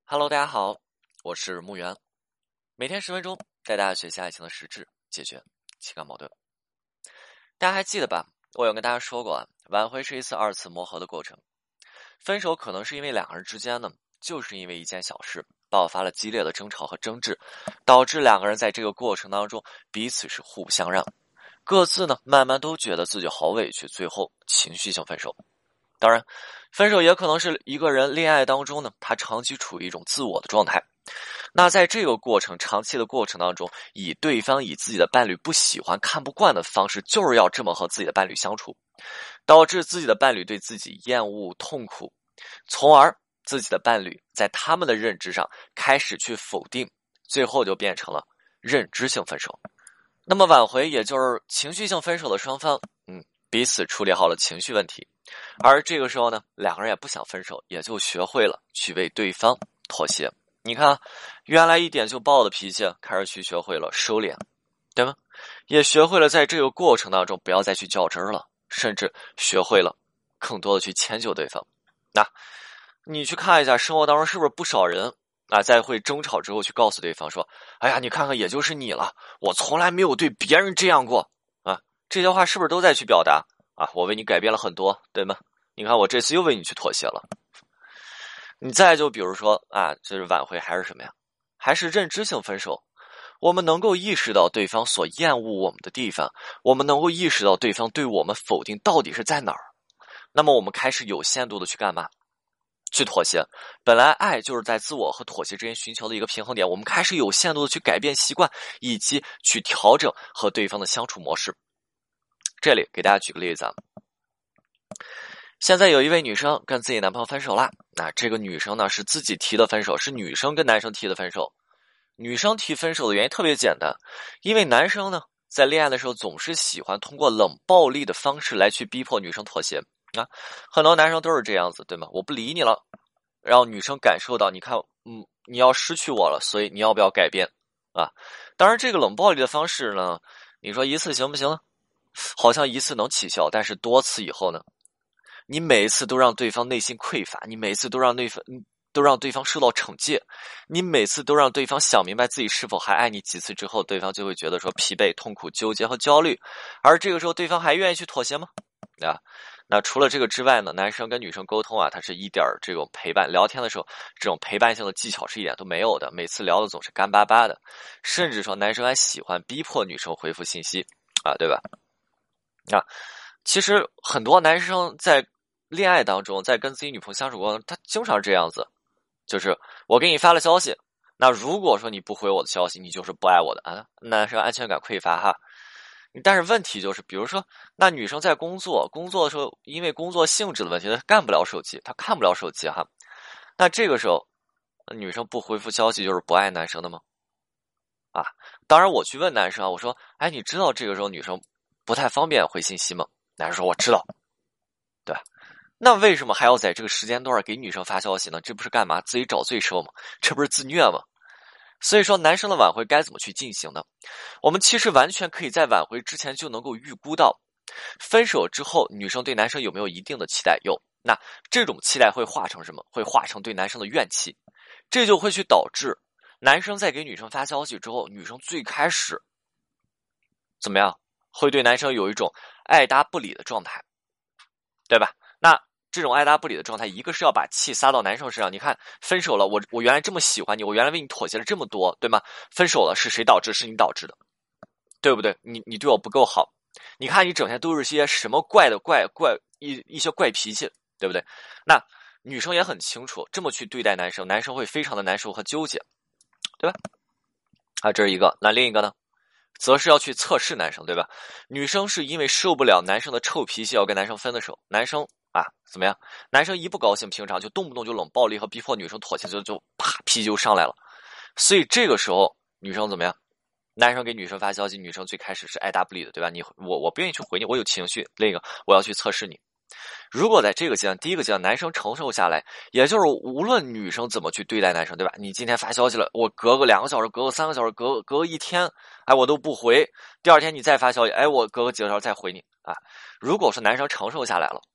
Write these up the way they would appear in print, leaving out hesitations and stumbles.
Hello，大家好，我是木源，每天10分钟带大家学习爱情的实质，解决情感矛盾。大家还记得吧？我有跟大家说过挽回是一次二次磨合的过程。分手可能是因为两个人之间呢，就是因为一件小事爆发了激烈的争吵和争执，导致两个人在这个过程当中彼此是互不相让，各自呢慢慢都觉得自己好委屈，最后情绪性分手。当然，分手也可能是一个人恋爱当中呢，他长期处于一种自我的状态。那在这个过程长期的过程当中，对方以自己的伴侣不喜欢看不惯的方式，就是要这么和自己的伴侣相处，导致自己的伴侣对自己厌恶痛苦，从而自己的伴侣在他们的认知上开始去否定，最后就变成了认知性分手。那么挽回也就是情绪性分手的双方彼此处理好了情绪问题，而这个时候呢，两个人也不想分手，也就学会了去为对方妥协。你看，原来一点就爆的脾气，开始去学会了收敛，对吗？也学会了在这个过程当中不要再去较真了，甚至学会了更多的去迁就对方。那你去看一下生活当中是不是不少人在会争吵之后去告诉对方说，哎呀，你看看也就是你了，我从来没有对别人这样过啊，这些话是不是都在去表达我为你改变了很多，对吗？你看我这次又为你去妥协了。你再就比如说就是挽回还是什么呀？还是认知性分手。我们能够意识到对方所厌恶我们的地方，我们能够意识到对方对我们否定到底是在哪儿，那么我们开始有限度的去干嘛？去妥协。本来爱就是在自我和妥协之间寻求的一个平衡点，我们开始有限度的去改变习惯，以及去调整和对方的相处模式。这里给大家举个例子现在有一位女生跟自己男朋友分手了，这个女生呢是自己提的分手，是女生跟男生提的分手。女生提分手的原因特别简单，因为男生呢在恋爱的时候总是喜欢通过冷暴力的方式来去逼迫女生妥协很多男生都是这样子，对吗？我不理你了，让女生感受到，你看，你要失去我了，所以你要不要改变当然，这个冷暴力的方式呢，你说一次行不行呢？好像一次能起效，但是多次以后呢？你每一次都让对方内心匮乏，你每一次都让对方受到惩戒，你每次都让对方想明白自己是否还爱你几次之后，对方就会觉得说疲惫、痛苦、纠结和焦虑，而这个时候对方还愿意去妥协吗？那除了这个之外呢，男生跟女生沟通他是一点这种陪伴，聊天的时候这种陪伴性的技巧是一点都没有的，每次聊的总是干巴巴的，甚至说男生还喜欢逼迫女生回复信息对吧？其实很多男生在恋爱当中，在跟自己女朋友相处过程中，他经常这样子，就是我给你发了消息，那如果说你不回我的消息，你就是不爱我的男生安全感匮乏但是问题就是，比如说，那女生在工作的时候，因为工作性质的问题，她干不了手机，她看不了手机那这个时候，女生不回复消息就是不爱男生的吗？当然我去问男生我说，哎，你知道这个时候女生不太方便回信息吗？男生说我知道，对吧？那为什么还要在这个时间段给女生发消息呢？这不是干嘛？自己找罪受吗？这不是自虐吗？所以说，男生的挽回该怎么去进行呢？我们其实完全可以在挽回之前就能够预估到，分手之后女生对男生有没有一定的期待？有，那这种期待会化成什么？会化成对男生的怨气，这就会去导致男生在给女生发消息之后，女生最开始怎么样？会对男生有一种爱答不理的状态，对吧？那这种爱答不理的状态，一个是要把气撒到男生身上。你看，分手了，我原来这么喜欢你，我原来为你妥协了这么多，对吗？分手了是谁导致？是你导致的，对不对？你对我不够好，你看你整天都是些什么一些怪脾气，对不对？那女生也很清楚，这么去对待男生，男生会非常的难受和纠结，对吧？这是一个。那另一个呢？则是要去测试男生，对吧？女生是因为受不了男生的臭脾气要跟男生分的手，男生怎么样？男生一不高兴，平常就动不动就冷暴力和逼迫女生妥协，就啪脾气就上来了。所以这个时候女生怎么样？男生给女生发消息，女生最开始是爱答不理的，对吧？我不愿意去回你，我有情绪。另一个我要去测试你。如果在这个阶段，第一个阶段男生承受下来，也就是无论女生怎么去对待男生，对吧？你今天发消息了，我隔个2个小时，隔个3个小时，隔个1天，我都不回。第二天你再发消息，我隔个几个小时再回你如果说男生承受下来了，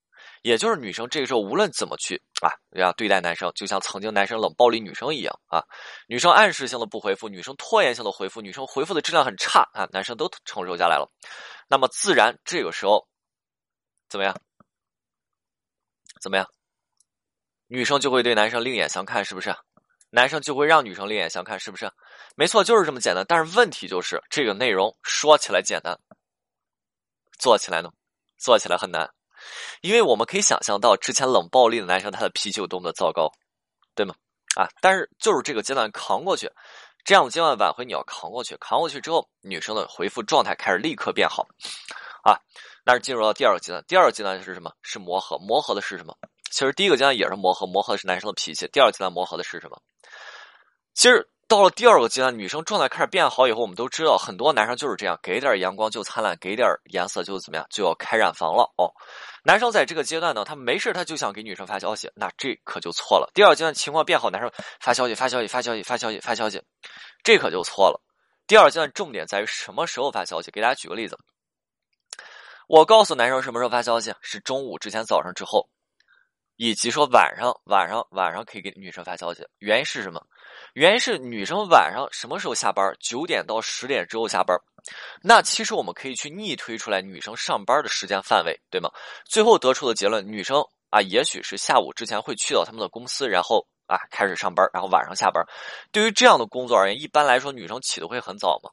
也就是女生这个时候无论怎么去对待男生，就像曾经男生冷暴力女生一样女生暗示性的不回复，女生拖延性的回复，女生回复的质量很差男生都承受下来了。那么自然这个时候怎么样？女生就会对男生另眼相看，是不是？男生就会让女生另眼相看，是不是？没错，就是这么简单。但是问题就是这个内容说起来简单，做起来呢？做起来很难。因为我们可以想象到之前冷暴力的男生他的脾气有多么的糟糕，对吗？但是就是这个阶段扛过去，这样的阶段挽回你要扛过去，扛过去之后，女生的回复状态开始立刻变好那是进入到第二个阶段。第二个阶段是什么？是磨合。磨合的是什么？其实第一个阶段也是磨合，磨合的是男生的脾气。第二个阶段磨合的是什么？其实到了第二个阶段，女生状态开始变好以后，我们都知道很多男生就是这样，给点阳光就灿烂，给点颜色就怎么样，就要开染房了男生在这个阶段呢，他没事他就想给女生发消息，那这可就错了。第二个阶段情况变好，男生发消息，这可就错了。第二个阶段重点在于什么时候发消息。给大家举个例子，我告诉男生什么时候发消息，是中午之前、早上之后，以及说晚上可以给女生发消息。原因是什么？原因是女生晚上什么时候下班？9点到10点之后下班。那其实我们可以去逆推出来女生上班的时间范围，对吗？最后得出的结论，女生也许是下午之前会去到他们的公司，然后开始上班，然后晚上下班。对于这样的工作而言，一般来说女生起的会很早吗？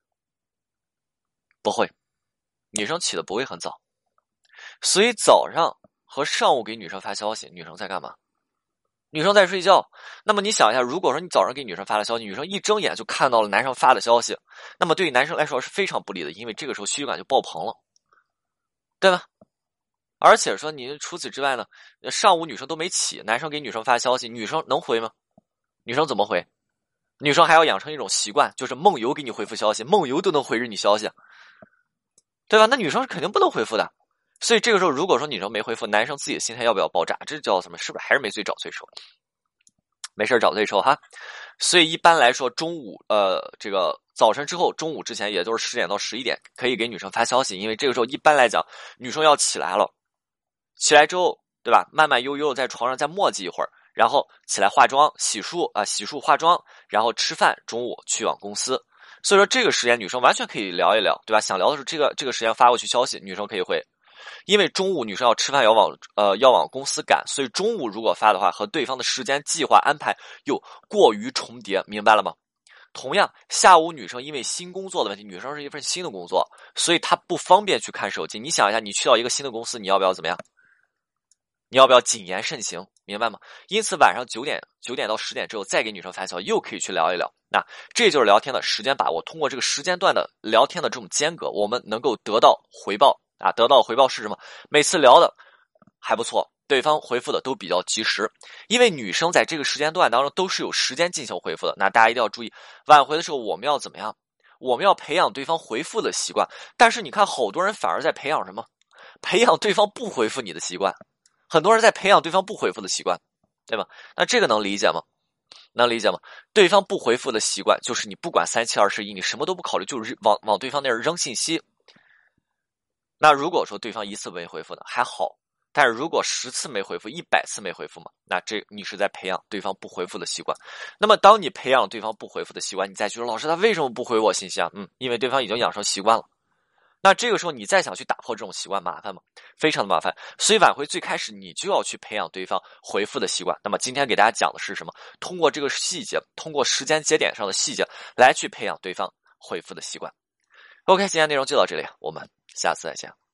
不会，女生起的不会很早。所以早上和上午给女生发消息，女生在干嘛？女生在睡觉。那么你想一下，如果说你早上给女生发了消息，女生一睁眼就看到了男生发的消息，那么对于男生来说是非常不利的，因为这个时候需求感就爆棚了，对吧？而且说你除此之外呢，上午女生都没起，男生给女生发消息，女生能回吗？女生怎么回？女生还要养成一种习惯，就是梦游给你回复消息，梦游都能回日你消息，对吧？那女生是肯定不能回复的。所以这个时候如果说女生没回复，男生自己的心态要不要爆炸？这叫什么？是不是还是没罪找罪受？没事找罪受哈。所以一般来说中午这个早晨之后，中午之前，也就是10点到11点可以给女生发消息，因为这个时候一般来讲女生要起来了，起来之后对吧，慢慢悠悠在床上再磨叽一会儿，然后起来化妆洗漱化妆，然后吃饭，中午去往公司。所以说这个时间女生完全可以聊一聊，对吧？想聊的是这个时间发过去消息，女生可以回。因为中午女生要吃饭，要往公司赶，所以中午如果发的话，和对方的时间计划安排又过于重叠，明白了吗？同样，下午女生因为新工作的问题，女生是一份新的工作，所以她不方便去看手机。你想一下，你去到一个新的公司，你要不要怎么样？你要不要谨言慎行，明白吗？因此晚上9点到10点之后再给女生发消息，又可以去聊一聊。那这就是聊天的时间把握。通过这个时间段的聊天的这种间隔，我们能够得到回报得到回报是什么？每次聊的还不错，对方回复的都比较及时。因为女生在这个时间段当中都是有时间进行回复的。那大家一定要注意，挽回的时候我们要怎么样？我们要培养对方回复的习惯。但是你看，好多人反而在培养什么？培养对方不回复你的习惯。很多人在培养对方不回复的习惯，对吗？那这个能理解吗？能理解吗？对方不回复的习惯就是你不管3七21，你什么都不考虑，就是往对方那儿扔信息。那如果说对方1次没回复呢，还好；但是如果10次没回复，100次没回复嘛，那这你是在培养对方不回复的习惯。那么当你培养对方不回复的习惯，你再去说老师他为什么不回我信息啊？因为对方已经养成习惯了。那这个时候你再想去打破这种习惯，麻烦吗？非常的麻烦。所以挽回最开始你就要去培养对方回复的习惯。那么今天给大家讲的是什么？通过这个细节，通过时间节点上的细节来去培养对方回复的习惯。OK， 今天内容就到这里，我们下次再见。